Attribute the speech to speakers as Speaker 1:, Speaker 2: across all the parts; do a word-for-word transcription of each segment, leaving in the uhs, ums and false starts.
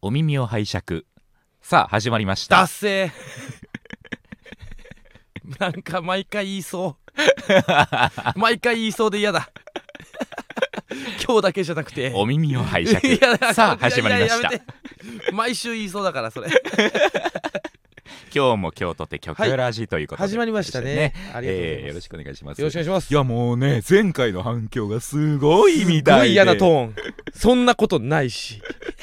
Speaker 1: お耳を拝借。さあ始まりました。
Speaker 2: 達成なんか毎回言いそう毎回言いそうで嫌だ今日だけじゃなくて
Speaker 1: お耳を拝借。
Speaker 2: いや
Speaker 1: さあ始まりました。
Speaker 2: いやいややめて毎週言いそうだからそれ
Speaker 1: 今日も今日とて曲ラジということで、
Speaker 2: はい、始まりましたね。ありがとうございます、
Speaker 1: えー、よろしくお願いします。
Speaker 2: よろしくお願いします。
Speaker 1: いやもうね、前回の反響がすごいみたいで、すごい
Speaker 2: 嫌なトーンそんなことないし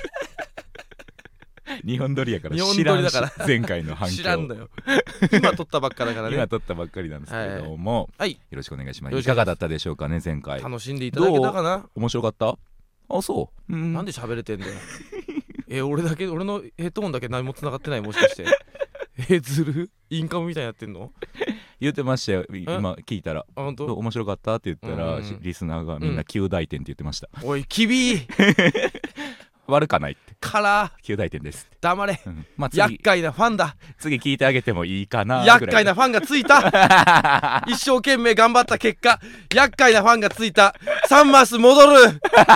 Speaker 1: 日本撮りやから
Speaker 2: 日本
Speaker 1: 知らんし、
Speaker 2: 撮りだから
Speaker 1: 前回の反響
Speaker 2: 知らんのよ今撮ったばっかだからね
Speaker 1: 今撮ったばっかりなんですけれども、
Speaker 2: はい、
Speaker 1: よろしくお願いします。いかがだったでしょうかね。前回
Speaker 2: 楽しんでいただけたかな。
Speaker 1: 面白かった？あ、そう、うん、
Speaker 2: なんで喋れてんだよえ、俺だけ、俺のヘッドホンだけ何も繋がってない？もしかしてえ、ずるインカムみたいにやってんの？
Speaker 1: 言ってましたよ今聞いたら。あ、本当？面白かったって言ったら、うん、リスナーがみんなきゅう大点って言ってました、
Speaker 2: うん、おいキビー
Speaker 1: 悪かないって
Speaker 2: から
Speaker 1: きゅう大点ですって
Speaker 2: 黙れ、
Speaker 1: うんまあ、
Speaker 2: 厄介なファンだ。
Speaker 1: 次聞いてあげてもいいかな。
Speaker 2: 厄介なファンがついた一生懸命頑張った結果厄介なファンがついた。さんマス戻る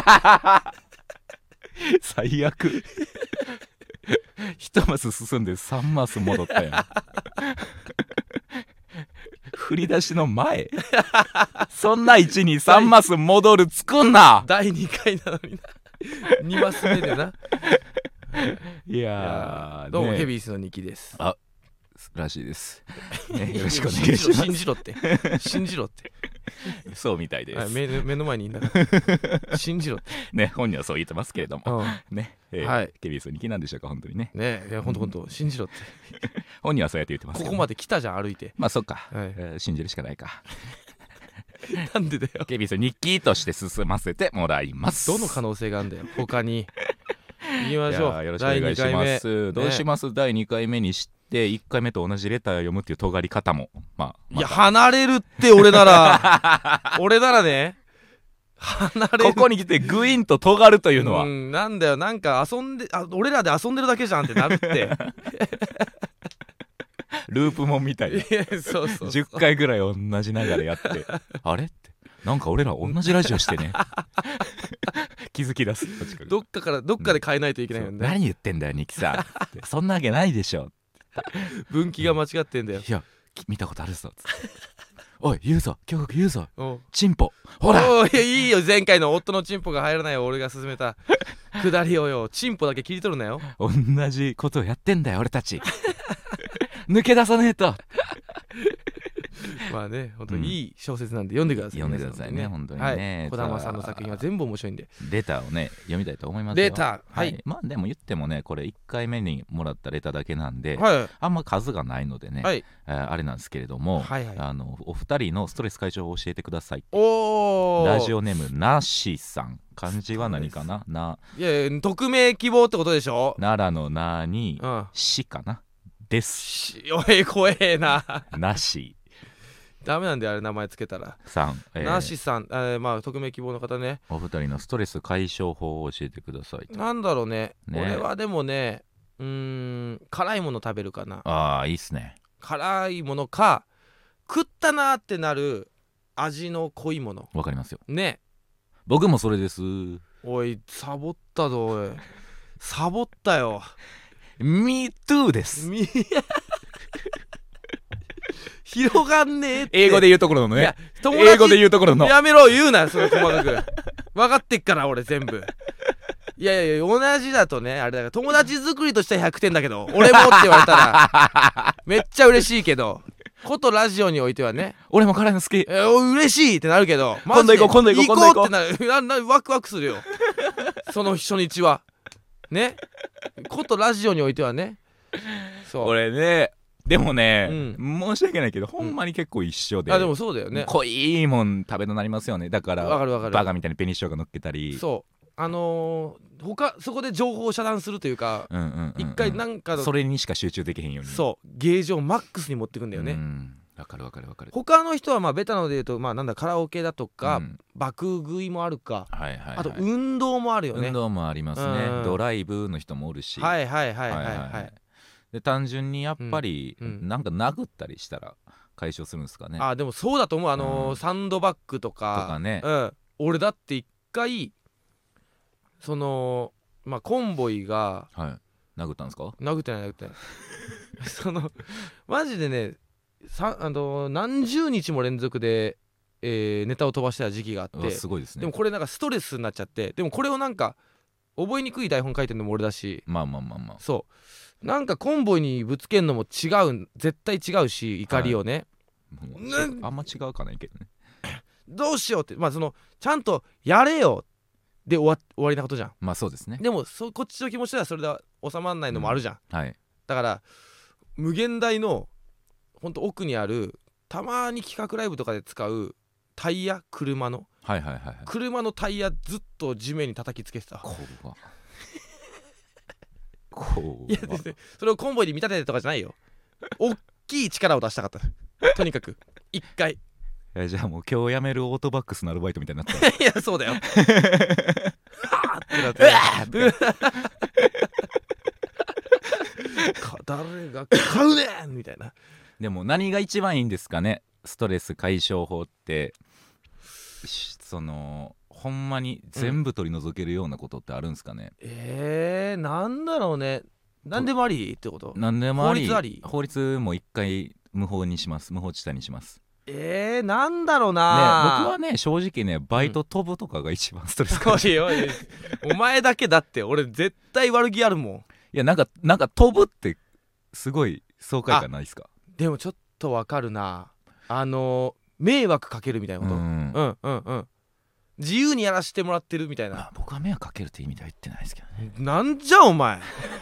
Speaker 1: 最悪一マス進んでさんマス戻ったやん振り出しの前そんな位置にさんマス戻る作んな。
Speaker 2: だいにかいなのになにマス目でな。
Speaker 1: いやー、
Speaker 2: どうも、
Speaker 1: ね、
Speaker 2: ヘビースのニキです。
Speaker 1: あ、らしいです、ね、よろしくお願いします。
Speaker 2: 信じろって信じろって
Speaker 1: そうみたいです。
Speaker 2: 目, 目の前にいんだから信じろって
Speaker 1: ね、本人はそう言ってますけれども、うん、ね、えーはい、ケビースニキなんでしょうか本当にね。
Speaker 2: ね、いや本当本当信じろって
Speaker 1: 本人はそうやって言ってますけど、ね、
Speaker 2: ここまで来たじゃん歩いて。ま
Speaker 1: あそっか、はい、えー、信じるしかないか
Speaker 2: なんでだよ。
Speaker 1: ケビース日記として進ませてもらいます。
Speaker 2: どの可能性があるんだよ他に。行きましょう。
Speaker 1: よろしくお願いします。どうします、ね、だいにかいめにしていっかいめと同じレターを読むっていう尖り方も、まあ、ま、
Speaker 2: いや離れるって俺なら俺ならね離れる。
Speaker 1: ここに来てグインと尖るというのは、
Speaker 2: うん、なんだよ、なんか遊んであ俺らで遊んでるだけじゃんってなるって
Speaker 1: ループもんみたいな。
Speaker 2: そうそうそう
Speaker 1: じゅっかいぐらい同じ流れやってあれってなんか俺ら同じラジオしてね気づき出す。
Speaker 2: どっかからどっかで変えないといけないよね、うん、
Speaker 1: 何言ってんだよニキさんそんなわけないでしょ
Speaker 2: 分岐が間違ってんだよ、
Speaker 1: うん、いや見たことあるぞおい言うぞ今日言うぞチンポほら。
Speaker 2: おいいいよ、前回の夫のチンポが入らないよ俺が勧めたくだりをよ。チンポだけ切り取るなよ。
Speaker 1: 同じことをやってんだよ俺たち抜け出さねえと
Speaker 2: まあね、本当にいい小説なんで読んでください、
Speaker 1: うん、読んでくださいね、ね本当にね、
Speaker 2: はい、児玉さんの作品は全部面白いんで
Speaker 1: レターをね読みたいと思いますよ。
Speaker 2: レター、はい、はい、
Speaker 1: まあでも言ってもねこれいっかいめにもらったレターだけなんで、
Speaker 2: はい、
Speaker 1: あんま数がないのでね、はい、えー、あれなんですけれども、はいはい、あのお二人のストレス解消を教えてください。
Speaker 2: お
Speaker 1: ラジオネームなしさん。漢字は何かな。ない
Speaker 2: やいや匿名希望ってことでしょ。
Speaker 1: 奈良のなに、うん、しかなです。
Speaker 2: おい怖えな
Speaker 1: なし
Speaker 2: ダメなんであれ名前つけたら
Speaker 1: さん、
Speaker 2: えー、なしさん、えー、まあ匿名希望の方ね。
Speaker 1: お二人のストレス解消法を教えてください。
Speaker 2: なんだろう ね, ね俺はでもね、うーん辛いもの食べるかな。
Speaker 1: ああいいっすね。
Speaker 2: 辛いものか食ったなーってなる味の濃いもの。
Speaker 1: わかりますよ
Speaker 2: ね。
Speaker 1: 僕もそれです。
Speaker 2: おいサボったぞおいサボったよ。
Speaker 1: Me too です
Speaker 2: 広がんねえって。
Speaker 1: 英語で言うところのね。英語で言うところの。
Speaker 2: やめろ言うなそれ細かく分かってっから俺全部。いやいや同じだとねあれだから友達作りとしてはひゃくてんだけど俺もって言われたらめっちゃ嬉しいけどことラジオにおいてはね
Speaker 1: 俺も辛いの好き、
Speaker 2: えー、嬉しいってなるけど
Speaker 1: 今度行こう今度行こう
Speaker 2: 行こうってなるななワクワクするよその初日はねことラジオにおいてはね。
Speaker 1: そう俺ねでもね、うん、申し訳ないけどほんまに結構一緒で、
Speaker 2: うん、あでもそうだよね。
Speaker 1: 濃いもん食べとなりますよね。だから
Speaker 2: わかるわかる
Speaker 1: バカみたいに紅しょうが乗っけたり。
Speaker 2: そうあのー、他そこで情報を遮断するというか、うんうんうんうん、一回なんかの
Speaker 1: それにしか集中できへんように
Speaker 2: そうゲージをマックスに持ってくんだよね。
Speaker 1: わかるわかるわかる。
Speaker 2: 他の人はまあベタので言うとまあなんだカラオケだとか、うん、爆食いもあるか、
Speaker 1: はいはいはい、
Speaker 2: あと運動もあるよね。
Speaker 1: 運動もありますね、うん、ドライブの人もおるし
Speaker 2: はいはいはいはいはい、はいはい、
Speaker 1: で単純にやっぱり、うん、なんか殴ったりしたら解消するんですかね。
Speaker 2: あでもそうだと思う。あのーうん、サンドバッグとか
Speaker 1: とかね、
Speaker 2: うん、俺だって一回そのまあコンボイが
Speaker 1: はい殴ったんですか？
Speaker 2: 殴ってない殴ってないそのマジでねさあの何十日も連続で、えーネタを飛ばしてた時期があっ
Speaker 1: うわ
Speaker 2: て、
Speaker 1: すごいですね。
Speaker 2: でもこれなんかストレスになっちゃって、でもこれをなんか覚えにくい台本書いてるのも俺だし、
Speaker 1: まあまあまあまあ
Speaker 2: そうなんかコンボイにぶつけんのも違う、絶対違うし怒りをね、
Speaker 1: もう
Speaker 2: ね
Speaker 1: あんま違うかないけどね。
Speaker 2: どうしようって、まあそのちゃんとやれよで終わ終わりなことじゃん。
Speaker 1: まあそうですね。
Speaker 2: でもそこっちの気持ちではそれでは収まらないのもあるじゃん、
Speaker 1: はい
Speaker 2: だから無限大のほんと奥にあるたまに企画ライブとかで使うタイヤ、車の
Speaker 1: はいはいはいはい。
Speaker 2: 車のタイヤずっと地面に叩きつけてた。
Speaker 1: こうはこう
Speaker 2: いやですね、それをコンボイで見立ててとかじゃないよ。おっきい力を出したかったとにかく一回
Speaker 1: えじゃあもう今日辞めるオートバックスのアルバイトみたいになった
Speaker 2: いやそうだよはーってなってか誰が買うねんみたいな。
Speaker 1: でも何が一番いいんですかね、ストレス解消法って。しそのほんまに全部取り除けるようなことってあるんですかね、
Speaker 2: うん、えー、なんだろうね。なんでもありってこと？
Speaker 1: なんでもあり。
Speaker 2: 法律あり？
Speaker 1: 法律も一回無法にします。無法地帯にします。
Speaker 2: えー、なんだろう
Speaker 1: ね、
Speaker 2: な。
Speaker 1: 僕はね正直ねバイト飛ぶとかが一番ストレス
Speaker 2: お
Speaker 1: 解消、
Speaker 2: いおいお前だけだって。俺絶対悪気あるもん。
Speaker 1: いやなんかなんか飛ぶってすごい爽快感ないですか？
Speaker 2: でもちょっとわかるな。あの迷惑かけるみたいなこと、
Speaker 1: うん
Speaker 2: うんうんうん自由にやらせてもらってるみたいな、
Speaker 1: まあ、僕は迷惑かけるって意味では言ってないですけどね。
Speaker 2: なんじゃお前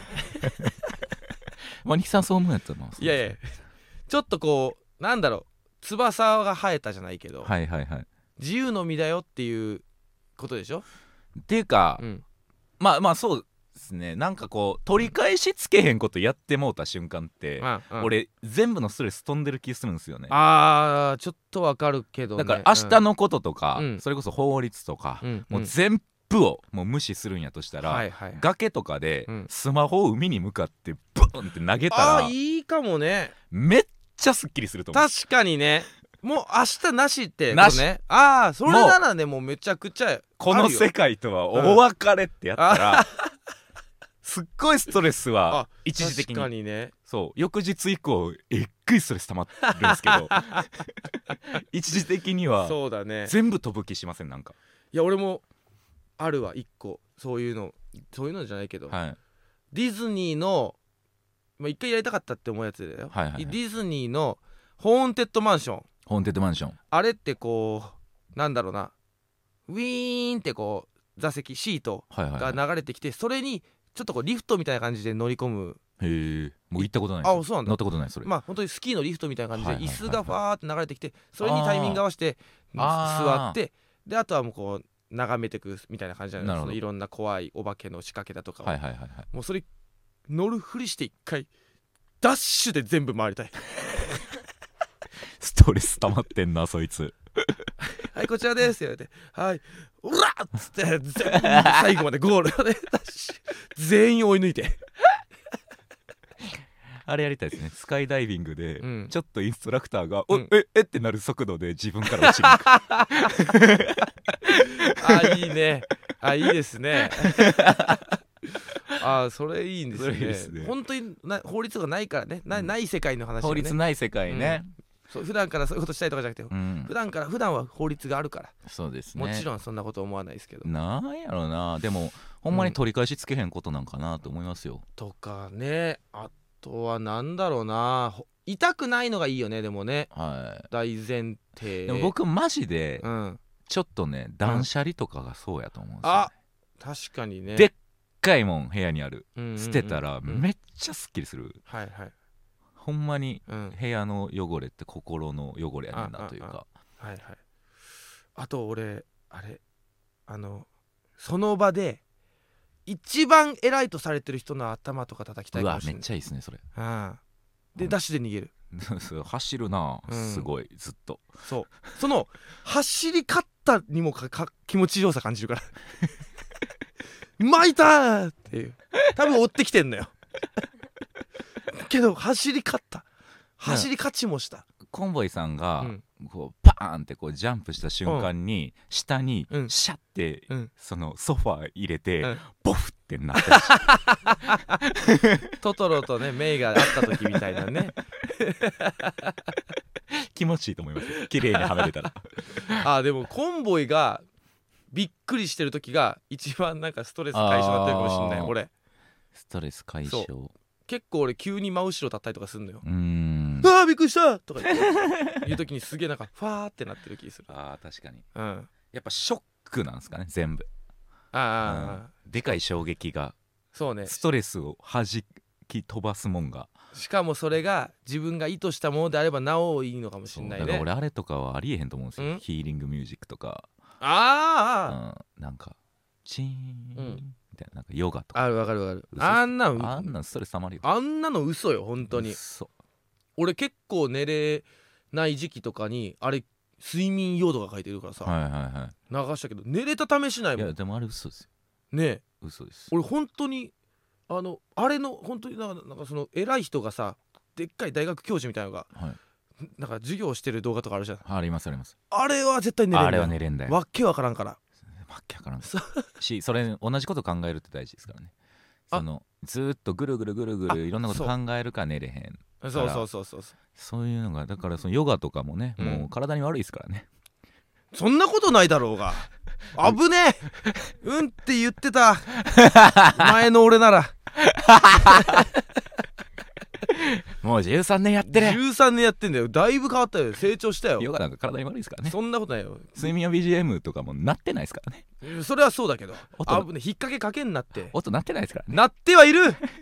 Speaker 1: まあニキさんそう思うんやったらまあそう
Speaker 2: いやいやちょっとこうなんだろう翼が生えたじゃないけど、
Speaker 1: はいはいはい。
Speaker 2: 自由の身だよっていうことでしょ。
Speaker 1: っていうか、
Speaker 2: うん
Speaker 1: まあまあそうですね。なんかこう取り返しつけへんことやってもうた瞬間って、
Speaker 2: うんうん、
Speaker 1: 俺全部のストレス飛んでる気するんですよね。
Speaker 2: あーちょっとわかるけどね。
Speaker 1: だから明日のこととか、
Speaker 2: うん、
Speaker 1: それこそ法律とか、
Speaker 2: うん、
Speaker 1: もう全部をもう無視するんやとしたら、
Speaker 2: はいはい、
Speaker 1: 崖とかで
Speaker 2: うん
Speaker 1: スマホを海に向かってブンって投げたら、
Speaker 2: あーいいかもね。
Speaker 1: めっちゃスッキリすると思う。
Speaker 2: 確かにね。もう明日なしって
Speaker 1: なし
Speaker 2: ことね。ああそれならねもうめちゃくちゃ
Speaker 1: この世界とはお別れってやったら、うん、すっごいストレスは一時的に。
Speaker 2: 確かにね。
Speaker 1: そう翌日以降えっぐいストレス溜まってるんですけど一時的には
Speaker 2: そうだね。
Speaker 1: 全部飛ぶ気しません？なんか
Speaker 2: いや俺もあるわ一個そういうのそういうのじゃないけど、
Speaker 1: はい、
Speaker 2: ディズニーのまあ一回やりたかったって思うやつだよ、
Speaker 1: はいはいはい、
Speaker 2: ディズニーのホーンテッドマンション。
Speaker 1: ホーンテッドマンション
Speaker 2: あれってこうなんだろうなウィーンってこう座席シートが流れてきて、それにちょっとこうリフトみたいな感じで乗り込む。
Speaker 1: へえもう行ったことないです。
Speaker 2: あそうなんだ。
Speaker 1: 乗ったことないそれ。
Speaker 2: まあ本当にスキーのリフトみたいな感じで椅子がファーって流れてきて、それにタイミング合わせて座って、であとはもうこう眺めてくみたいな感じじゃないですか。いろんな怖いお化けの仕掛けだとかを、
Speaker 1: はいはいはいはい、
Speaker 2: もうそれ乗るふりして一回ダッシュで全部回りたい
Speaker 1: ストレス溜まってんなそいつ
Speaker 2: はいこちらですって言われて、はいうらっつって全部最後までゴールまでダッシュ全員追い抜いて
Speaker 1: あれやりたいですね。スカイダイビングで、うん、ちょっとインストラクターが、うん、ええってなる速度で自分から落ちに行く
Speaker 2: あいいねあいいですねあそれいいんですね。ですね本当にな法律がないからね な, ない世界の話、ね、
Speaker 1: 法律ない世界ね、
Speaker 2: うんそう普段からそういうことしたいとかじゃなくて、うん、普段から普段は法律があるから。
Speaker 1: そうですね。
Speaker 2: もちろんそんなこと思わないですけど。
Speaker 1: なんやろな。でもほんまに取り返しつけへんことなんかなと思いますよ、
Speaker 2: うん、とかね。あとはなんだろうな、痛くないのがいいよね。でもね、はい、大前提。
Speaker 1: でも僕マジで、うん、ちょっとね断捨離とかがそうやと思うんですよ、ね、
Speaker 2: あ確かにね。
Speaker 1: でっかいもん部屋にある、うんうんうん、捨てたらめっちゃすっきりする、うん、
Speaker 2: はいはい。
Speaker 1: ほんまに部屋の汚れって心の汚れやねんなというか、
Speaker 2: あ, あ, あ, はいはい。あと俺あれあのその場で一番偉いとされてる人の頭とか叩きたいかもしれない。
Speaker 1: うわめっちゃいいですねそれ。
Speaker 2: ああで、うん、ダッシュで逃げる
Speaker 1: 走るな、うん、すごいずっと。
Speaker 2: そうその走り勝ったにもかか気持ちよさ感じるから巻いたーっていう多分追ってきてんのよけど走り勝った走り勝ちもした、
Speaker 1: コンボイさんがこうパーンってこうジャンプした瞬間に、うん、下にシャッて、うん、そのソファー入れて、うん、ボフってなった
Speaker 2: トトロとねメイが会った時みたいなね
Speaker 1: 気持ちいいと思います綺麗にはめれたら
Speaker 2: あでもコンボイがびっくりしてる時が一番なんかストレス解消になってるかもしれない俺
Speaker 1: ストレス解消
Speaker 2: 結構俺急に真後ろ立ったりとかすんのよ。うーんあーびっくりしたとか言っていう時にすげえなんかファーってなってる気する。
Speaker 1: あー確かに、
Speaker 2: うん、
Speaker 1: やっぱショックなんですかね全部。
Speaker 2: ああ、
Speaker 1: うん、でかい衝撃が
Speaker 2: そうね
Speaker 1: ストレスを弾き飛ばすもんが
Speaker 2: しかもそれが自分が意図したものであればなおいいのかもしれないね。
Speaker 1: だから俺あれとかはありえへんと思うんですよ、
Speaker 2: うん、
Speaker 1: ヒーリングミュージックとか
Speaker 2: ああ、
Speaker 1: うん、なんかチーン、うんみたいな、なんかヨガとか
Speaker 2: あるわかるわかる。あんなの
Speaker 1: あんなのストレスたまるよ。
Speaker 2: あんなの嘘よ本当に。
Speaker 1: 嘘。
Speaker 2: 俺結構寝れない時期とかにあれ睡眠用度が書いてるからさ、
Speaker 1: はいはいはい、
Speaker 2: 流したけど寝れた試しないもん。
Speaker 1: いやでもあれ嘘ですよ
Speaker 2: ねえ
Speaker 1: 嘘です。
Speaker 2: 俺本当にあのあれの本当になんか、なんかその偉い人がさでっかい大学教授みたいなのが、はい、なんか授業してる動画とかあるじゃん。
Speaker 1: ありますあります。
Speaker 2: あれは絶対寝れんだよ。
Speaker 1: あれは寝れんだよ。
Speaker 2: わっけわからんから。
Speaker 1: わっけわからんし、それ同じこと考えるって大事ですからね。そのずっとぐるぐるぐるぐるいろんなこと考えるから寝れへん。
Speaker 2: そうそうそうそう
Speaker 1: そういうのがだからそのヨガとかもね、うん、もう体に悪いですからね。
Speaker 2: そんなことないだろうが危ねえうんって言ってた前の俺なら
Speaker 1: もうじゅうさんねんやってる。
Speaker 2: じゅうさんねんやってんだよ。だいぶ変わったよ。成長したよ。
Speaker 1: ヨガなんか体に悪いですからね。
Speaker 2: そんなことないよ。
Speaker 1: 睡眠用 ビージーエム とかもなってないですからね。
Speaker 2: それはそうだけどあぶね引っ掛けかけんなって
Speaker 1: 音なってないですからね。
Speaker 2: なってはいる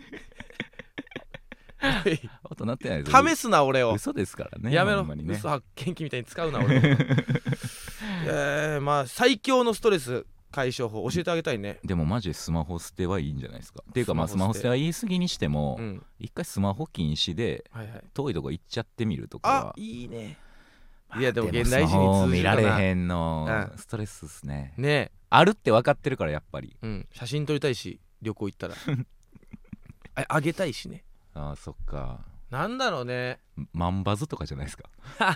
Speaker 1: 音なってないです。
Speaker 2: 試すな俺を。
Speaker 1: 嘘ですからね。
Speaker 2: やめろ、
Speaker 1: ね、
Speaker 2: 嘘発見器みたいに使うな俺えー、まあ最強のストレス解消法教えてあげたいね。
Speaker 1: でもマジでスマホ捨てはいいんじゃないですか。っていうかまあスマホ捨ては言い過ぎにしても、うん、一回スマホ禁止で遠いとこ行っちゃってみるとかは、
Speaker 2: あいいね。
Speaker 1: いやでも現代人に通じるかな。見られへんの、うん、ストレスっすね。
Speaker 2: ね
Speaker 1: あるって分かってるからやっぱり、
Speaker 2: うん、写真撮りたいし旅行行ったらあ, あげたいしね。
Speaker 1: ああそっか。
Speaker 2: なんだろうね。
Speaker 1: マンバズとかじゃないですか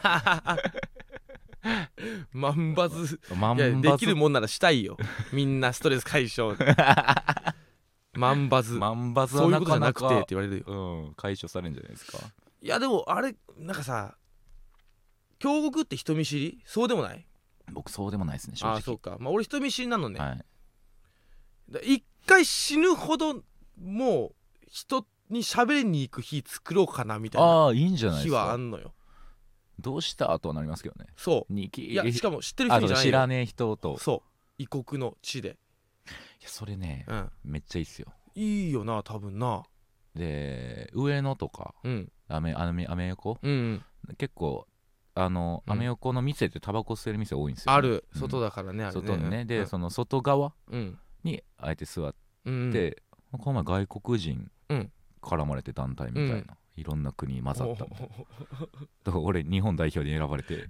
Speaker 2: マンバズマンバズいやできるもんならしたいよみんなストレス解消マンバズ
Speaker 1: マンバズはなかなか
Speaker 2: そういうことじゃなくてって言われるよ、
Speaker 1: うん、解消されるんじゃないですか。
Speaker 2: いやでもあれなんかさ京極って人見知りそうでもない？
Speaker 1: 僕そうでもないですね正直。
Speaker 2: あそうか、まあ俺人見知りなのね、
Speaker 1: はい、
Speaker 2: 一回死ぬほどもう人に喋りに行く日作ろうかなみたいな。
Speaker 1: ああいいんじゃないですか。
Speaker 2: 日はあんのよ。
Speaker 1: どうしたとはなりますけどね。
Speaker 2: そう
Speaker 1: に
Speaker 2: いやしかも知ってる人じゃないよ。
Speaker 1: 知らねえ人と。
Speaker 2: そう異国の地で。い
Speaker 1: やそれね、うん、めっちゃいいっすよ。
Speaker 2: いいよな多分な。
Speaker 1: で上野とか、うん、アメアメアメ横、うんうん、結構あの、うん、アメ横の店ってタバコ吸える店多いんですよ、ね、
Speaker 2: ある外だからね、うん、あれね
Speaker 1: 外にねで、うん、その外側にあえて座って、うん、この前外国人絡まれて団体みたいな、うん、いろんな国混ざったみたいなだから俺日本代表に選ばれて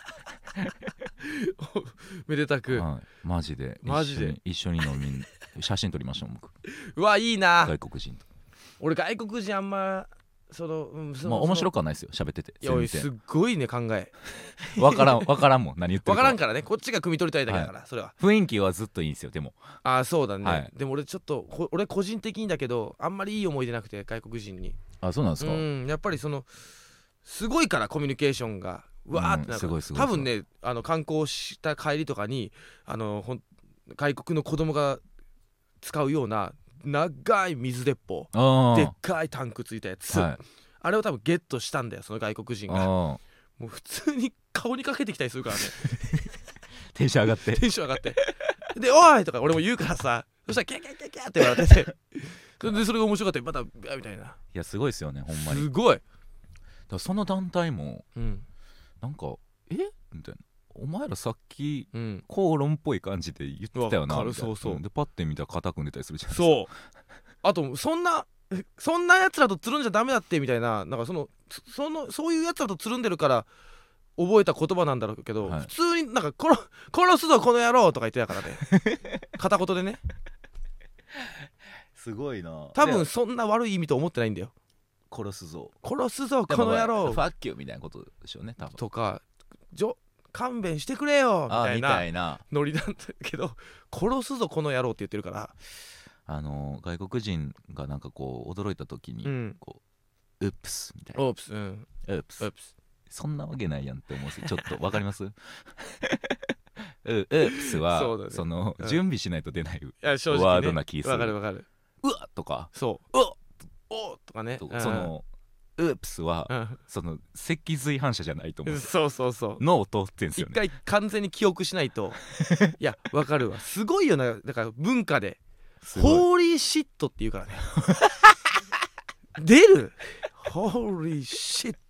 Speaker 2: めでたく、
Speaker 1: はい、マジで
Speaker 2: マジで
Speaker 1: 一緒に飲み写真撮りましたもん僕。
Speaker 2: うわいいな。
Speaker 1: 外国人と
Speaker 2: 俺外国人あんまその、うん、その
Speaker 1: まあ面白くはないですよ喋ってて。
Speaker 2: いやすっごいね考え
Speaker 1: 分からん分からんもん何言ってるか
Speaker 2: 分からんからねこっちが汲み取りたいだけだから、はい、それは
Speaker 1: 雰囲気はずっといいんですよ。でも
Speaker 2: ああそうだね、はい、でも俺ちょっと俺個人的にだけどあんまりいい思い出なくて外国人に。
Speaker 1: あそうなんですか。
Speaker 2: うんやっぱりそのすごいからコミュニケーションがうわーってなる、うん、すごいすごい多分ねあの観光した帰りとかにあのほん外国の子供が使うような長い水鉄砲でっかいタンクついたやつ、はい、あれを多分ゲットしたんだよその外国人が。もう普通に顔にかけてきたりするからね
Speaker 1: テンション上がって
Speaker 2: テンション上がってでおいとか俺も言うからさそしたらキャキャキャキャって言われててでそれが面白かったまたみたいな。い
Speaker 1: やすごいですよねほんまに
Speaker 2: すごい。
Speaker 1: だその団体も、うん、なんかえみたいなお前らさっき、うん、口論っぽい感じで言ってたよなみたいな。そうそうでパッて見たら肩組んでたりするじゃないですか。
Speaker 2: そうあとそんなそんなやつらとつるんじゃダメだってみたいななんかそのそのそういうやつらとつるんでるから覚えた言葉なんだろうけど、はい、普通になんか殺殺すぞこの野郎とか言ってたからね片言でね
Speaker 1: すごいな。
Speaker 2: 多分そんな悪い意味と思ってないんだよ。
Speaker 1: 殺すぞ
Speaker 2: 殺すぞこの野郎
Speaker 1: ファッキューみたいなことでしょうね多分。
Speaker 2: とかじょ勘弁してくれよみたいな
Speaker 1: みたいな
Speaker 2: ノリなんだけど、殺すぞこの野郎って言ってるから、
Speaker 1: あの外国人がなんかこう驚いた時に、
Speaker 2: うん、
Speaker 1: こうウップスみたいな、
Speaker 2: オープス、うん、
Speaker 1: ウップス、
Speaker 2: オープス、
Speaker 1: そんなわけないやんって思うんですよ。ちょっとわかります？ウップスは そ,、ね、その、うん、準備しないと出ないワードな気する。
Speaker 2: わかるわかる。
Speaker 1: うわっとか、
Speaker 2: そううわっおとかね、
Speaker 1: とそのウープスは、うん、その脊髄反射じゃないと思う。
Speaker 2: そうそうそう、
Speaker 1: 脳を通ってんすよね。
Speaker 2: 一回完全に記憶しないといやわかるわ、すごいよな。だから文化でホーリーシットって言うからね出るホーリーシット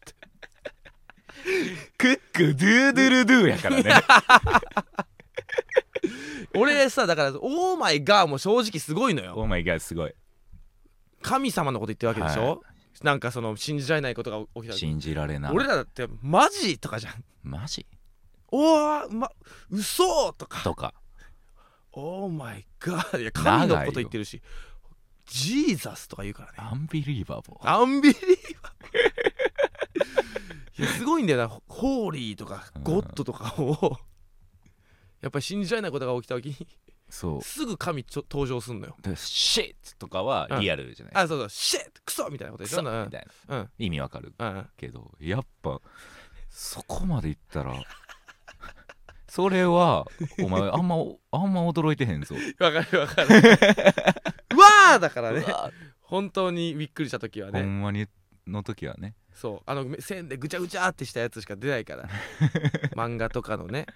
Speaker 1: クックドゥードゥルドゥやからね
Speaker 2: 俺さ、だからオーマイガーも正直すごいのよ。
Speaker 1: オーマイガーすごい、
Speaker 2: 神様のこと言ってるわけでしょ、はい、なんかその信じられないことが起きた。
Speaker 1: 信じられない。
Speaker 2: 俺らだってマジとかじゃん。
Speaker 1: マジ
Speaker 2: おー、ま、嘘とか
Speaker 1: とか
Speaker 2: オーマイガー、いや神のこと言ってるし、ジーザスとか言うからね。
Speaker 1: アンビリーバボー、
Speaker 2: アンビリーバボーいやすごいんだよな。ホーリーとかゴッドとかを、うん、やっぱり信じられないことが起きた時にそうすぐ神ちょ登場すんのよ。
Speaker 1: シットとかはリアルじゃない、
Speaker 2: うん、あ、そうそう、シットクソみたいなことでしょ、
Speaker 1: クソみたいな、うん、意味わかる、うん、けどやっぱそこまでいったらそれはお前あんまあんま驚いてへんぞ。
Speaker 2: わかるわかるうわーだからね本当にびっくりした時はね、
Speaker 1: ほんまにの時はね、
Speaker 2: そうあの線でぐちゃぐちゃってしたやつしか出ないから漫画とかのね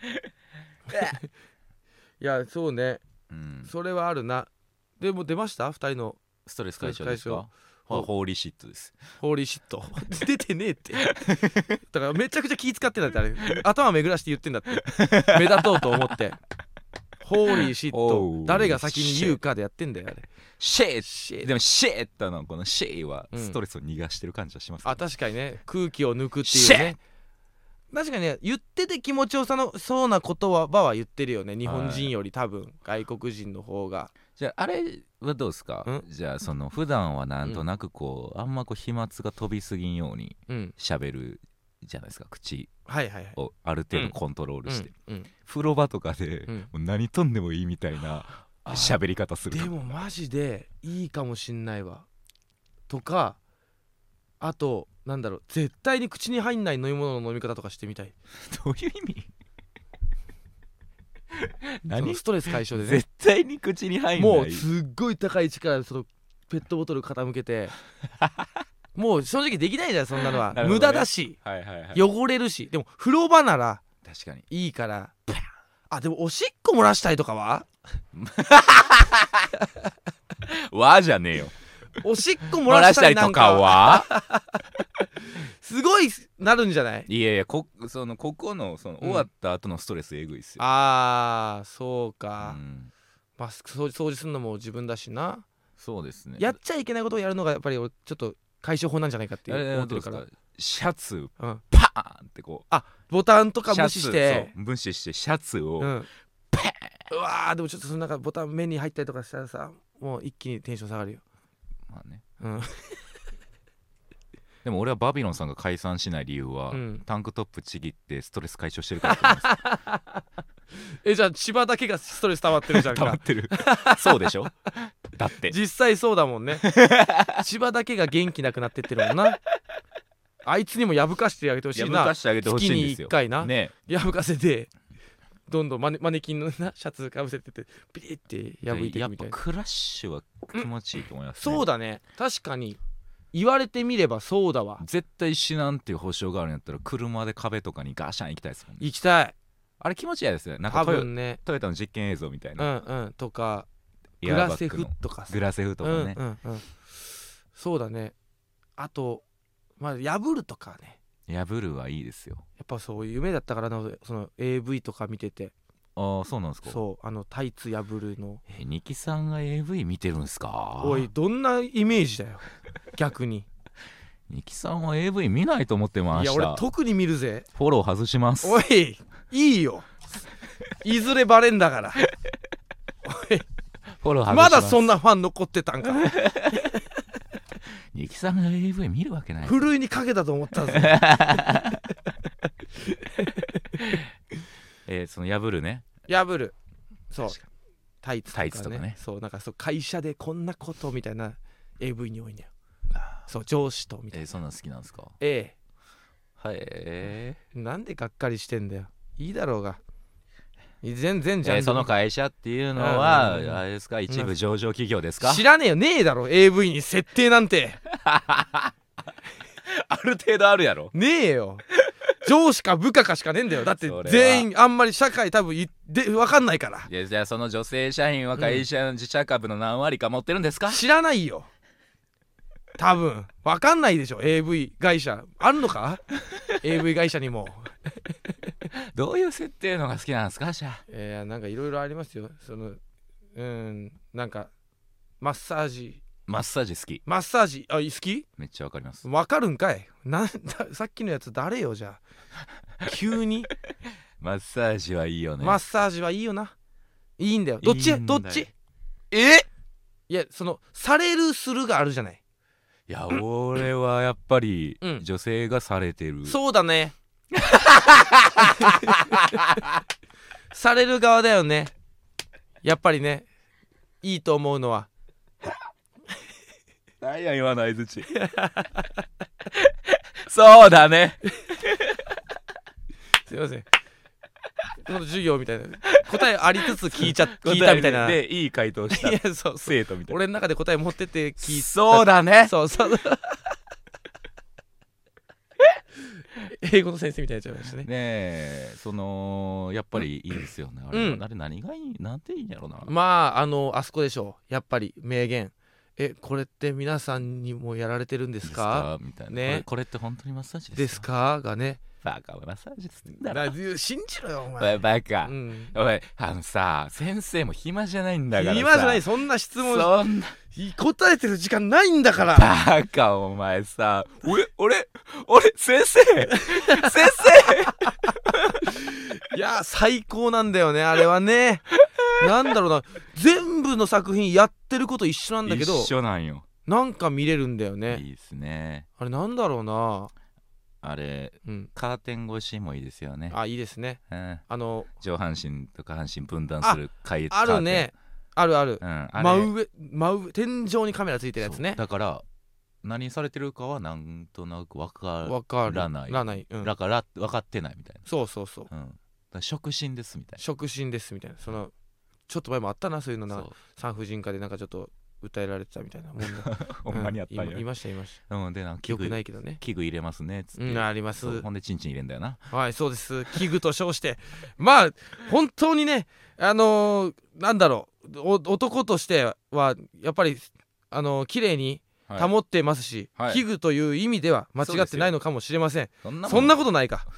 Speaker 2: いやそうね、うん、それはあるな。でも出ましたふたりの
Speaker 1: ストレス解消ですか？ホーリーシットです。
Speaker 2: ホーリーシット出てねえってだからめちゃくちゃ気使ってんだって、あれ頭巡らして言ってんだって目立とうと思ってホーリーシット誰が先に言うかでやってんだよあれ。
Speaker 1: シェーシェーでもシェーってのこのシェーはストレスを逃がしてる感じはします、ね、
Speaker 2: うん、あ確かにね、空気を抜くっていうね。確かにね、言ってて気持ちよさのそうな言葉は言ってるよね、日本人より多分、はい、外国人の方が。
Speaker 1: じゃああれはどうですか？じゃあその普段はなんとなくこう、うん、あんまこう飛沫が飛びすぎんように喋るじゃないですか、口をある程度コントロールして、うんうんうん、風呂場とかで、うん、もう何飛んでもいいみたいな喋り方する。
Speaker 2: でもマジでいいかもしんないわ。とかあとなんだろう、絶対に口に入んない飲み物の飲み方とかしてみたい。
Speaker 1: どういう意味？
Speaker 2: 何？ストレス解消でね、
Speaker 1: 絶対に口に入んない。
Speaker 2: もうすっごい高い位置からそのペットボトル傾けてもう正直できないじゃんそんなのは、ね、無駄だし、はいはいはい、汚れるし。でも風呂場なら
Speaker 1: 確かに
Speaker 2: いいから。あでもおしっこ漏らしたりとかは
Speaker 1: わじゃねえよ。
Speaker 2: おしっこ漏らしたりなんか
Speaker 1: は
Speaker 2: すごいなるんじゃない？
Speaker 1: いやいや、こそのここのその、うん、終わった後のストレスえぐいっすよ。
Speaker 2: あーそうか、うん、まあ掃除するのも自分だしな。
Speaker 1: そうですね、
Speaker 2: やっちゃいけないことをやるのがやっぱり俺ちょっと解消法なんじゃないかって思ってるから。
Speaker 1: シャツ、うん、パーンってこう、
Speaker 2: あボタンとか無視して
Speaker 1: 無視してシャツを、うん、
Speaker 2: パーン。うわーでもちょっとそのなんかボタン目に入ったりとかしたらさ、もう一気にテンション下がるよ。
Speaker 1: まあね、うんでも俺はバビロンさんが解散しない理由は、うん、タンクトップちぎってストレス解消してるからと思います
Speaker 2: えじゃあ千葉だけがストレス溜まってるじゃんか。
Speaker 1: 溜まってるそうでしょだって
Speaker 2: 実際そうだもんね千葉だけが元気なくなってってるもんなあいつにも破かしてあげてほしいな。
Speaker 1: 破かしてあげてほしいんですよ。
Speaker 2: 月にいっかいな、
Speaker 1: ね、
Speaker 2: 破かせてどんどんマネ、マネキンのなシャツかぶせててピリって破いていくみたいな。
Speaker 1: やっぱクラッシュは気持ちいいと思います、
Speaker 2: ね、そうだね、確かに言われてみればそうだわ。
Speaker 1: 絶対死なんっていう保証があるんやったら車で壁とかにガシャン行きたいですもんね。
Speaker 2: 行きたい。
Speaker 1: あれ気持ちいいですね。なんか
Speaker 2: 多分ね、
Speaker 1: トヨタの実験映像みたいな、
Speaker 2: うんうんとかグラセフとかさ、
Speaker 1: グラセフとかね、
Speaker 2: うんうんうん、そうだね。あとまあ破るとかね。
Speaker 1: 破るはいいですよ。
Speaker 2: やっぱそういう夢だったからな、その エーブイ とか見てて。
Speaker 1: ああそうなんですか。
Speaker 2: そう、あのタイツ破るの。
Speaker 1: えニキさんが エーブイ 見てるんすか。
Speaker 2: おいどんなイメージだよ逆に。
Speaker 1: ニキさんは エーブイ 見ないと思ってました。
Speaker 2: いや俺特に見るぜ。
Speaker 1: フォロー外します。
Speaker 2: おいいいよいずれバレんだからおい
Speaker 1: フォロー外します。
Speaker 2: まだそんなファン残ってたんか
Speaker 1: ニキさんが エーブイ 見るわけない。
Speaker 2: ふるいにかけたと思ったぜ
Speaker 1: その破るね
Speaker 2: 破るそうタイツとか
Speaker 1: タ
Speaker 2: ね,
Speaker 1: イツとかね
Speaker 2: そうなんかそう会社でこんなことみたいな エーブイ に多いんだよ。そう上司とみたいな。
Speaker 1: えー、そんなん好きなんですか。
Speaker 2: ええ
Speaker 1: はい、え
Speaker 2: ー、なんでがっかりしてんだよ。いいだろうが全然じゃん、
Speaker 1: えー、その会社っていうのはあれですか、一部上場企業ですか。
Speaker 2: 知らねえよ、ねえだろ エーブイ に設定なんて
Speaker 1: ある程度あるやろ。
Speaker 2: ねえよ上司か部下かしかねえんだよ。だって全員あんまり社会多分いで分かんないから。
Speaker 1: いやじゃあその女性社員は会社の自社株の何割か持ってるんですか、
Speaker 2: うん、知らないよ多分分かんないでしょ。 エーブイ 会社あんのかエーブイ 会社にも
Speaker 1: どういう設定のが好きなんですか。じゃあ
Speaker 2: えー、なんかいろいろありますよ。そのうんなんかマッサージ
Speaker 1: マッサージ好き。
Speaker 2: マッサージあ好き。
Speaker 1: めっちゃわかります。
Speaker 2: わかるんかい。なんださっきのやつ誰よじゃあ急に
Speaker 1: マッサージはいいよね。
Speaker 2: マッサージはいいよな。いいんだよ。どっち
Speaker 1: いいんだよ。
Speaker 2: どっち
Speaker 1: え
Speaker 2: いやそのされるするがあるじゃない。
Speaker 1: いや俺はやっぱり
Speaker 2: うん
Speaker 1: 女性がされてる。
Speaker 2: そうだねされる側だよねやっぱりね。いいと思うのは
Speaker 1: 何や今の相づちそうだね
Speaker 2: すいませんその授業みたいな答えありつつ聞いちゃ聞いたみたいな
Speaker 1: でいい回答した
Speaker 2: いやそうそう
Speaker 1: 生徒みたいな。
Speaker 2: 俺の中で答え持ってって聞いた。
Speaker 1: そうだね。
Speaker 2: そうそう英語の先生みたいになっちゃいましたね。
Speaker 1: ねえそのやっぱりいいですよね。あれ、うん、あれ何がいいなんていいんやろな。
Speaker 2: まああのあそこでしょうやっぱり名言。えこれって皆さんにもやられてるんですか
Speaker 1: みたいな、
Speaker 2: ね、
Speaker 1: これ、これって本当にマッサージですか
Speaker 2: ですかがね。
Speaker 1: バカマッサージっつってんだ
Speaker 2: ろ。信じろよお前。
Speaker 1: バカ、
Speaker 2: うん、
Speaker 1: おいあのさ先生も暇じゃないんだからさ。
Speaker 2: 暇じゃない。そんな質問
Speaker 1: そんな
Speaker 2: 答えてる時間ないんだから。
Speaker 1: バカお前さ俺俺俺先生先
Speaker 2: 生いや最高なんだよねあれはね。なんだろうな全部の作品やってること一緒なんだけど
Speaker 1: 一緒なんよ。
Speaker 2: なんか見れるんだよね。
Speaker 1: いいですね。
Speaker 2: あれなんだろうな
Speaker 1: あれ、うん、カーテン越しもいいですよね。
Speaker 2: あいいですね、うん、あの
Speaker 1: 上半身と下半身分断する回
Speaker 2: あるね。あるある、
Speaker 1: うん、あ
Speaker 2: 真上真上天井にカメラついてるやつね。
Speaker 1: だから何されてるかはなんとなく分からない
Speaker 2: らない、うん、
Speaker 1: だから分かってないみたいな。
Speaker 2: そうそうそう、
Speaker 1: うん、だから触診ですみたいな。
Speaker 2: 触診ですみたいな。そのちょっと前もあったなそういうのな。産婦人科でなんかちょっと訴えられてたみたいなもん
Speaker 1: ほんまにあったんや。
Speaker 2: いましたいました。
Speaker 1: うん、でなんか
Speaker 2: よくないけどね。
Speaker 1: 器具入れますねっつって、
Speaker 2: うん、あります。
Speaker 1: ほんでチンチン入れんだよな。
Speaker 2: はいそうです。器具と称してまあ本当にねあのー、なんだろう男としてはやっぱりあのー、綺麗に保ってますし、はい、器具という意味では間違ってないのかもしれません。そんなそんなことないか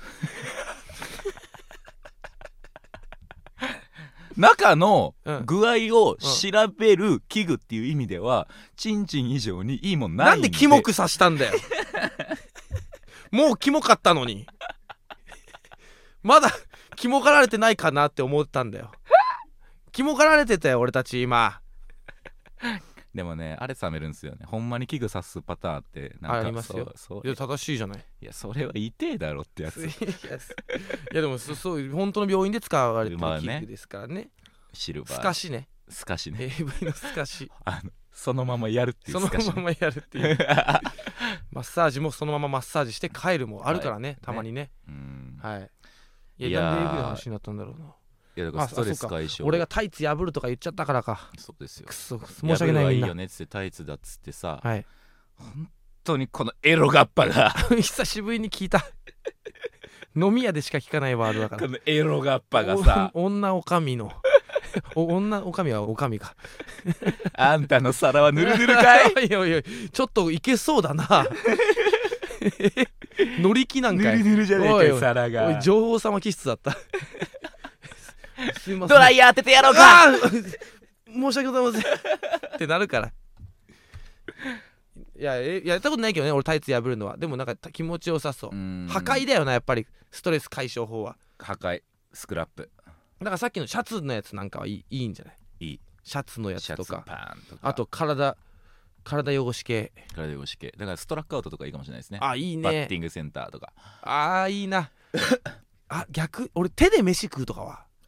Speaker 1: 中の具合を調べる器具っていう意味では、うん、チンチン以上にいいもんないんで。
Speaker 2: なんでキモくさしたんだよもうキモかったのにまだキモがられてないかなって思ったんだよ。キモがられてたよ俺たち今。
Speaker 1: でもねあれ冷めるんですよね。ほんまに器具刺すパターンってなんか
Speaker 2: ありますよ。そういや正しいじゃない。
Speaker 1: いやそれは痛えだろってやつい
Speaker 2: やでもそそう本当の病院で使われてる器具ですからね、まあね、
Speaker 1: シルバー
Speaker 2: スカシね
Speaker 1: スカシね
Speaker 2: エーブイ のスカシ
Speaker 1: あのそのままやるっていうスカシ、ね、
Speaker 2: そのままやるっていうマッサージもそのままマッサージして帰るもあるからね、はい、たまにね、ねうんはいいやなんで エーブイ の話になったんだろうな。
Speaker 1: いやだからストレス解消、
Speaker 2: 俺がタイツ破るとか言っちゃったからか。
Speaker 1: そうですよ。
Speaker 2: くそ申し訳ないみんな。破るはい
Speaker 1: いよねっつってタイツだっつってさ、
Speaker 2: はい、
Speaker 1: 本当にこのエロガッパが
Speaker 2: 久しぶりに聞いた飲み屋でしか聞かないワードだから。
Speaker 1: このエロガッパがさ
Speaker 2: 女おかみの女おかみはおかみか
Speaker 1: あんたの皿はぬるぬるかい
Speaker 2: いやいやちょっといけそうだな乗り気なんかい。
Speaker 1: ぬるぬるじゃねえかよ皿が。
Speaker 2: おい女王様気質だったすいません
Speaker 1: ドライヤー当ててやろうか
Speaker 2: 申し訳ございませんってなるから。いややったことないけどね俺タイツ破るのは。でもなんか気持ちよさそう。破壊だよなやっぱりストレス解消法は。
Speaker 1: 破壊スクラップ
Speaker 2: だからさっきのシャツのやつなんかはいい、いいんじゃない。
Speaker 1: いい
Speaker 2: シャツのやつとか
Speaker 1: パンとか
Speaker 2: あと体体汚し系
Speaker 1: 体汚し系だからストラックアウトとかいいかもしれないですね。
Speaker 2: あいいね。
Speaker 1: バッティングセンターとか
Speaker 2: あーいいなあ逆俺手で飯食うとかは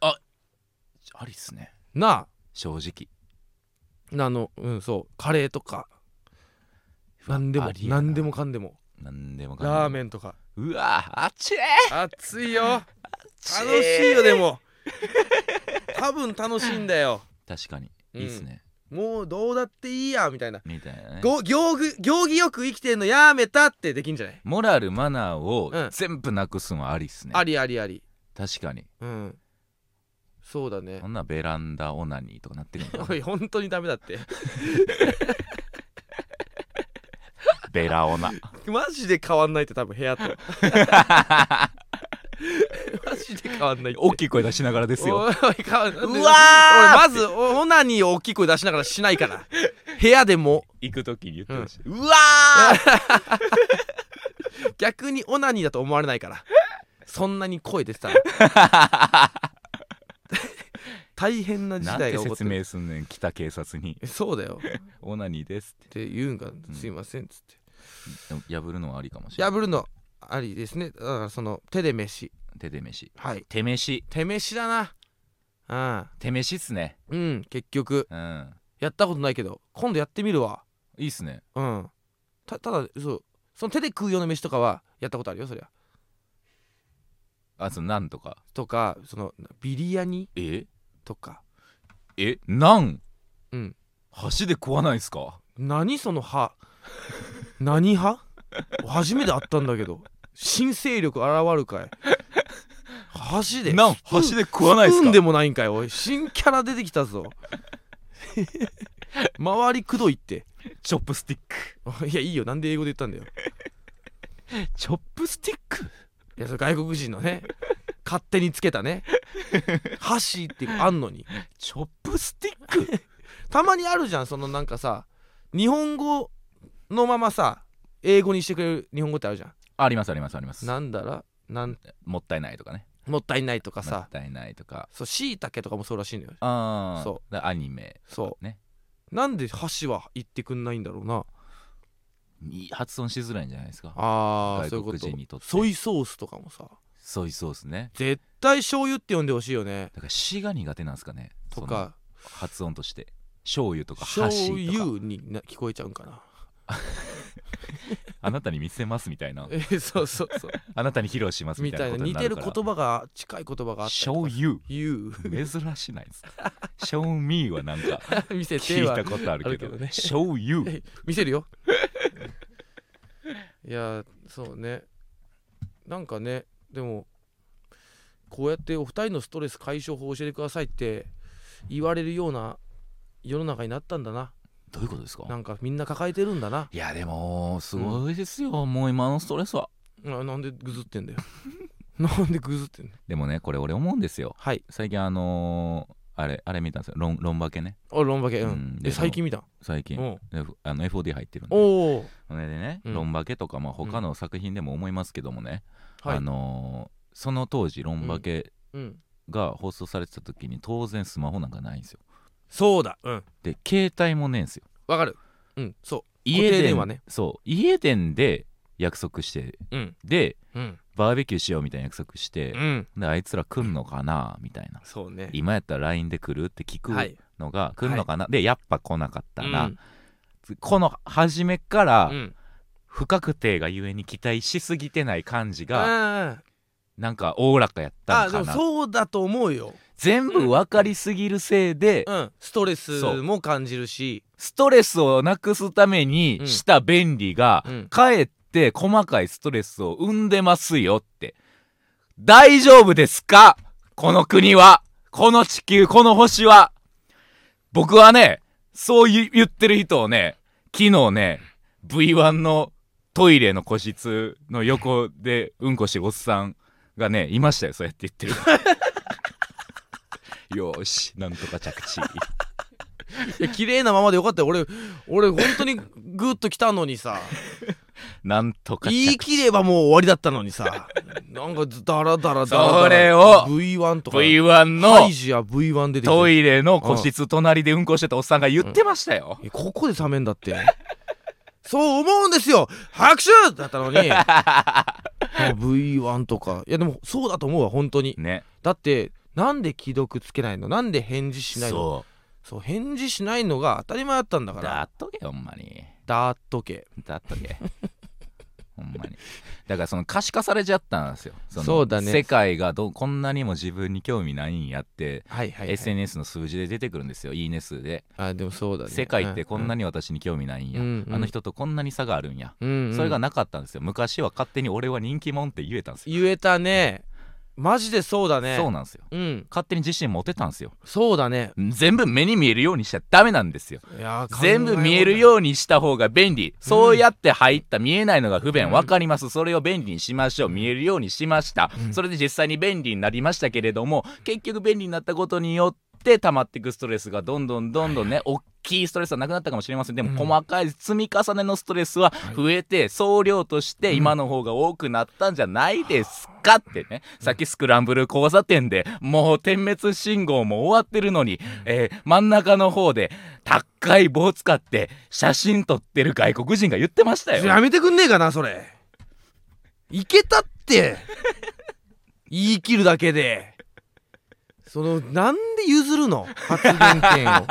Speaker 1: ありっすね
Speaker 2: なあ
Speaker 1: 正直。
Speaker 2: あのうんそうカレーとか何でも何でもかんでも
Speaker 1: 何でもかんでも
Speaker 2: ラーメンとか。
Speaker 1: うわあっちい
Speaker 2: 熱いよ楽しいよ。でも多分楽しいんだよ。
Speaker 1: 確かにいいっすね、
Speaker 2: うん、もうどうだっていいやみたいな
Speaker 1: みたいなね。
Speaker 2: 行儀行儀よく生きてんのやめたってできんじゃない。
Speaker 1: モラルマナーを
Speaker 2: うん
Speaker 1: 全部なくすのはありっすね、
Speaker 2: ありありあり。
Speaker 1: 確かに。
Speaker 2: うんそうだね
Speaker 1: そんなベランダオナニーとかなってるの
Speaker 2: おい本当にダメだって
Speaker 1: ベラオナ
Speaker 2: マジで変わんないって多分部屋とマジで変わんないって。
Speaker 1: 大きい声出しながらですよ。
Speaker 2: おい変わん
Speaker 1: うわー
Speaker 2: 俺まずオナニーを大きい声出しながらしないから部屋でも
Speaker 1: 行く時に言ってました、
Speaker 2: う
Speaker 1: うん、うわ
Speaker 2: ー逆にオナニーだと思われないからそんなに声出てたら大変な事
Speaker 1: なんて
Speaker 2: 態が起こってる。
Speaker 1: 説明すんねん来た警察に
Speaker 2: そうだよ
Speaker 1: オナニーですっ
Speaker 2: って言うんかすいませんっつって
Speaker 1: て。でも破るのはありかもしれない。
Speaker 2: 破るのありですね。だからその手で飯
Speaker 1: 手で飯
Speaker 2: はい
Speaker 1: 手飯
Speaker 2: 手飯だな。あ
Speaker 1: 手飯っすね。
Speaker 2: あうん結局
Speaker 1: うん
Speaker 2: やったことないけど今度やってみるわ。
Speaker 1: いいっすね。
Speaker 2: うんたただそうその手で食うような飯とかはやったことあるよそりゃ。
Speaker 1: あそのなんとか
Speaker 2: とかそのビリヤニ
Speaker 1: え
Speaker 2: とか。
Speaker 1: えなん
Speaker 2: うん
Speaker 1: 箸で食わないっすか。
Speaker 2: 何その歯何歯初めて会ったんだけど新勢力現るかい。箸で
Speaker 1: なん箸で食わないっすか。
Speaker 2: スプーンでもないんかい。おい新キャラ出てきたぞ周りくどいって
Speaker 1: チョップスティック
Speaker 2: いやいいよなんで英語で言ったんだよ。
Speaker 1: チョップスティック
Speaker 2: いやそれ外国人のね勝手につけたね箸ってあんのに
Speaker 1: チョップスティック
Speaker 2: たまにあるじゃんそのなんかさ日本語のままさ英語にしてくれる日本語ってあるじゃん。
Speaker 1: ありますありますあります。
Speaker 2: なんだらなん
Speaker 1: もったいないとかね。
Speaker 2: もったいないとか
Speaker 1: もっ
Speaker 2: さ
Speaker 1: たいないとか。
Speaker 2: そうしいたけとかもそうらしいのよ。
Speaker 1: ああ
Speaker 2: そう
Speaker 1: だアニメ
Speaker 2: そう
Speaker 1: ね。
Speaker 2: なんで箸は言ってくんないんだろうな。
Speaker 1: い発音しづらいんじゃないですか。
Speaker 2: あーそういうこと。
Speaker 1: 外国人にとって
Speaker 2: ソイソースとかもさ
Speaker 1: ソイソースね。
Speaker 2: 絶対醤油って呼んでほしいよね。
Speaker 1: だから詩が苦手なんですかね。
Speaker 2: とか
Speaker 1: その発音として醤油とか
Speaker 2: 醤
Speaker 1: 箸とか
Speaker 2: 油にな聞こえちゃうんかな
Speaker 1: あなたに見せますみたいな
Speaker 2: えそうそうそう
Speaker 1: あなたに披露しますみ
Speaker 2: みたいな
Speaker 1: たいなことに
Speaker 2: 似てる
Speaker 1: なるから
Speaker 2: 言葉が近い言葉があったりとか
Speaker 1: 醤油
Speaker 2: 言う
Speaker 1: 珍しないですかshow me はなんか
Speaker 2: 見せ
Speaker 1: 聞
Speaker 2: ては
Speaker 1: いたことあるけど
Speaker 2: あるけどね
Speaker 1: 醤油
Speaker 2: え見せるよいやそうねなんかねでもこうやってお二人のストレス解消法を教えてくださいって言われるような世の中になったんだな。
Speaker 1: どういうことですか。
Speaker 2: なんかみんな抱えてるんだな。
Speaker 1: いやでもすごいですよ、うん、もう今のストレスは。
Speaker 2: あなんでぐずってんだよなんでぐずってんの。
Speaker 1: でもねこれ俺思うんですよ。
Speaker 2: はい
Speaker 1: 最近あのー、あれあれ見たんですよ。ロンロンバケね。
Speaker 2: あロンバケうん、うん、
Speaker 1: で
Speaker 2: 最近見た
Speaker 1: 最近、
Speaker 2: うん、
Speaker 1: あの エフオーディー 入ってるんで。
Speaker 2: おお
Speaker 1: それでね、
Speaker 2: うん、
Speaker 1: ロンバケとかまあ他の作品でも思いますけどもね、
Speaker 2: はい、
Speaker 1: あのー、その当時ロンバケが放送されてた時に当然スマホなんかないんですよ。
Speaker 2: そうだうん
Speaker 1: で携帯もねえんすよ。
Speaker 2: わかるうんそう
Speaker 1: 家電
Speaker 2: 電話ね。
Speaker 1: そう家電で約束して、うん、で、うん、バーベキューしようみたいな約束して、うん、であいつら来んのかなみたいな。
Speaker 2: そうね
Speaker 1: 今やったら ライン で来るって聞くのが、はい、来んのかな、はい、でやっぱ来なかったな、うん、この初めから、うん、不確定がゆえに期待しすぎてない感じがなんかおおらかやったのかな。
Speaker 2: あでもそうだと思うよ。
Speaker 1: 全部分かりすぎるせいで、
Speaker 2: うん、ストレスも感じるし
Speaker 1: ストレスをなくすためにした便利が、うん、かえって細かいストレスを生んでますよって。大丈夫ですかこの国は、この地球、この星は。僕はねそう言ってる人をね昨日ね ブイワン のトイレの個室の横でうんこしてるおっさんがねいましたよ。そうやって言ってるよーしなんとか着地い
Speaker 2: や綺麗なままでよかったよ。俺俺本当にグッと来たのにさ
Speaker 1: なんとか着地
Speaker 2: 言い切ればもう終わりだったのにさなんかダラダラダラダラ
Speaker 1: それを
Speaker 2: ブイワン とか
Speaker 1: ブイワン の
Speaker 2: ハイジや ブイワン 出てきて
Speaker 1: トイレの個室隣でうんこしてたおっさんが言ってましたよ、
Speaker 2: うん、ここで冷めんだってそう思うんですよ拍手だったのにブイワン とかいやでもそうだと思うわ本当に、
Speaker 1: ね、
Speaker 2: だってなんで既読つけないの、なんで返事しないの。そうそう返事しないのが当たり前だったんだから。
Speaker 1: だっとけほんまに。
Speaker 2: だっとけ
Speaker 1: だっとけほんまに。だからその可視化されちゃったんですよ。その
Speaker 2: そうだね。
Speaker 1: 世界がどこんなにも自分に興味ないんやって、
Speaker 2: はいはいはい、
Speaker 1: エスエヌエス の数字で出てくるんですよ。いいね数で。
Speaker 2: あでもそうだね。
Speaker 1: 世界ってこんなに私に興味ないんや、うんうん、あの人とこんなに差があるんや、うんうん、それがなかったんですよ。昔は勝手に俺は人気者って言えたんですよ。
Speaker 2: 言えたね。マジでそうだね。
Speaker 1: そうなんですよ、
Speaker 2: うん、
Speaker 1: 勝手に自信持てたんですよ。
Speaker 2: そうだね。
Speaker 1: 全部目に見えるようにしちゃダメなんですよ。
Speaker 2: いや
Speaker 1: 全部見えるようにした方が便利、うん、そうやって入った見えないのが不便、わかります。それを便利にしましょう。見えるようにしました、うん、それで実際に便利になりましたけれども、結局便利になったことによって溜まっていくストレスがどんどんどんどんね、はいはい、大きいストレスはなくなったかもしれません。でも細かい積み重ねのストレスは増えて、総量として今の方が多くなったんじゃないですかってね、うん、さっきスクランブル交差点でもう点滅信号も終わってるのに、えー、真ん中の方で高い棒使って写真撮ってる外国人が言ってましたよ。
Speaker 2: やめてくんねえかなそれ。いけたって言い切るだけで、そのなんで譲るの発言権を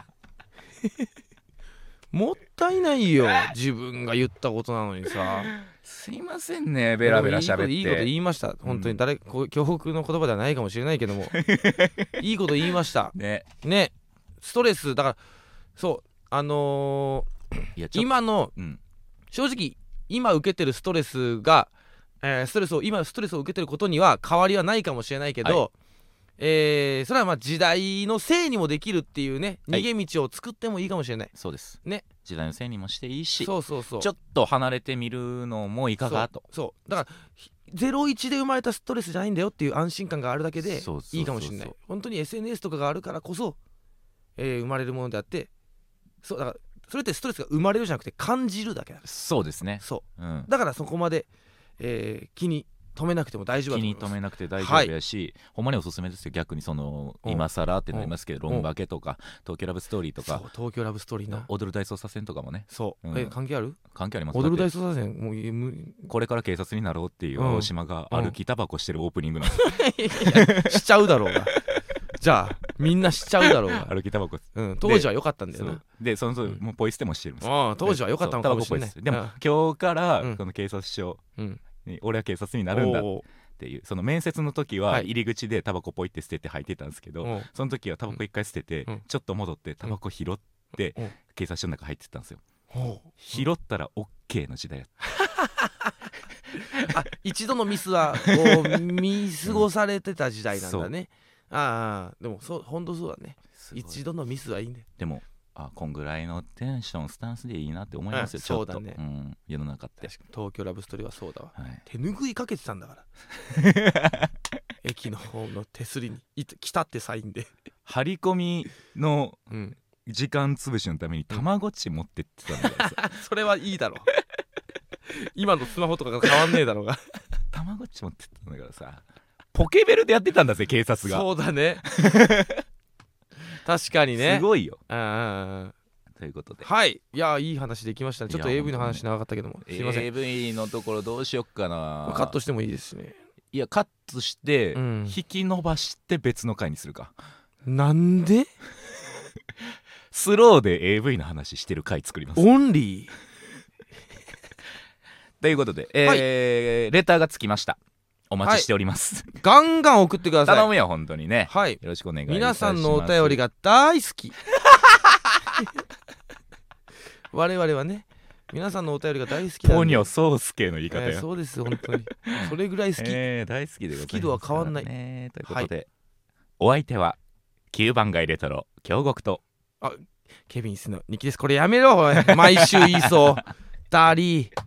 Speaker 2: もったいないよ、自分が言ったことなのにさ。
Speaker 1: すいませんね、ベラベラ喋って。
Speaker 2: いいこと言いました。本当に誰、うん、脅迫の言葉ではないかもしれないけどもいいこと言いました
Speaker 1: ね。
Speaker 2: ね、ストレスだからそうあのー、いや今の、うん、正直今受けてるストレスが、えー、ストレスを今ストレスを受けてることには変わりはないかもしれないけど、はい、えー、それはまあ時代のせいにもできるっていうね、逃げ道を作ってもいいかもしれない、はい、
Speaker 1: そうです
Speaker 2: ね。
Speaker 1: 時代のせいにもしていいし、
Speaker 2: そうそうそう、
Speaker 1: ちょっと離れてみるのもいかがと。
Speaker 2: そうそうだからゼロイチで生まれたストレスじゃないんだよっていう安心感があるだけでいいかもしれない。本当に エスエヌエス とかがあるからこそ、えー、生まれるものであって、そうだからそれってストレスが生まれるじゃなくて感じるだけだ。
Speaker 1: そうですね。
Speaker 2: そう、
Speaker 1: うん、
Speaker 2: だからそこまで、えー、気に止めなくても大丈夫だと思います。
Speaker 1: 気に留めなくて大丈夫やし、はい、ほんまにおすすめですよ。逆にその今更ってなりますけど、ロンバケとか東京ラブストーリーとか、
Speaker 2: そう東京ラブストーリーな、
Speaker 1: 踊る大捜査線とかもね。
Speaker 2: そう、うん、え関係ある？
Speaker 1: 関係あります。
Speaker 2: 踊る大捜査線もう
Speaker 1: これから警察になろうっていう青島が歩きタバコしてるオープニングなんです
Speaker 2: よしちゃうだろうがじゃあみんなしちゃうだろうが
Speaker 1: 歩きタバコ、
Speaker 2: うん、当時は良かったんだよな。
Speaker 1: でその、うん、もうポイ捨てもしてるんですよ。
Speaker 2: ああ当時は良かったのかもしれない。
Speaker 1: でも今日からこの警察署に俺は警察になるんだっていう、その面接の時は入り口でタバコポイって捨てて吐いてたんですけど、はい、その時はタバコ一回捨てて、うん、ちょっと戻ってタバコ拾って、うん、警察署の中入ってたんですよ、うん、拾ったら OK の時代やった
Speaker 2: あ一度のミスはこう見過ごされてた時代なんだね、うん、ああでもそう本当そうだね。一度のミスはいいね。
Speaker 1: でもあこんぐらいのテンションスタンスでいいなって思いますよ、ちょっと。そうだね、うん、世の中って。
Speaker 2: 東京ラブストーリーはそうだわ、はい、手拭いかけてたんだから駅の方の手すりに来たってサインで
Speaker 1: 張り込みの時間潰しのためにたまごっち持ってってたんだからさ、
Speaker 2: うん、それはいいだろ今のスマホとかが変わんねえだろうが
Speaker 1: たまごっち持ってったんだからさ、ポケベルでやってたんだぜ警察が。
Speaker 2: そうだね確かにね、
Speaker 1: すごいよ。
Speaker 2: あ
Speaker 1: ということで、
Speaker 2: はい、いやいい話できましたね。ちょっと エーブイ の話長かったけども、すいません。
Speaker 1: エーブイ のところどうしよっかな。
Speaker 2: カットしてもいいですしね。
Speaker 1: いやカットして、うん、引き伸ばして別の回にするか。
Speaker 2: なんで
Speaker 1: スローで エーブイ の話してる回作ります。
Speaker 2: オンリー
Speaker 1: ということで、えーはい、レターがつきました。お待ちしております、
Speaker 2: はい、ガンガン送ってください。
Speaker 1: 頼むよ本当にね、
Speaker 2: はい、よ
Speaker 1: ろしくお願いします。
Speaker 2: 皆さんのお便りが大好き我々はね皆さんのお便りが大好きなんで。
Speaker 1: ポニョソースケの言い方よ、
Speaker 2: えー、そうです本当にそれぐらい好き、
Speaker 1: えー、大好きでございます。
Speaker 2: 好き度は変わんない、
Speaker 1: ね、ということで、はい、お相手はきゅうばん街レトロ京極と
Speaker 2: あケビンスのニキです。これやめろ毎週言いそうダリー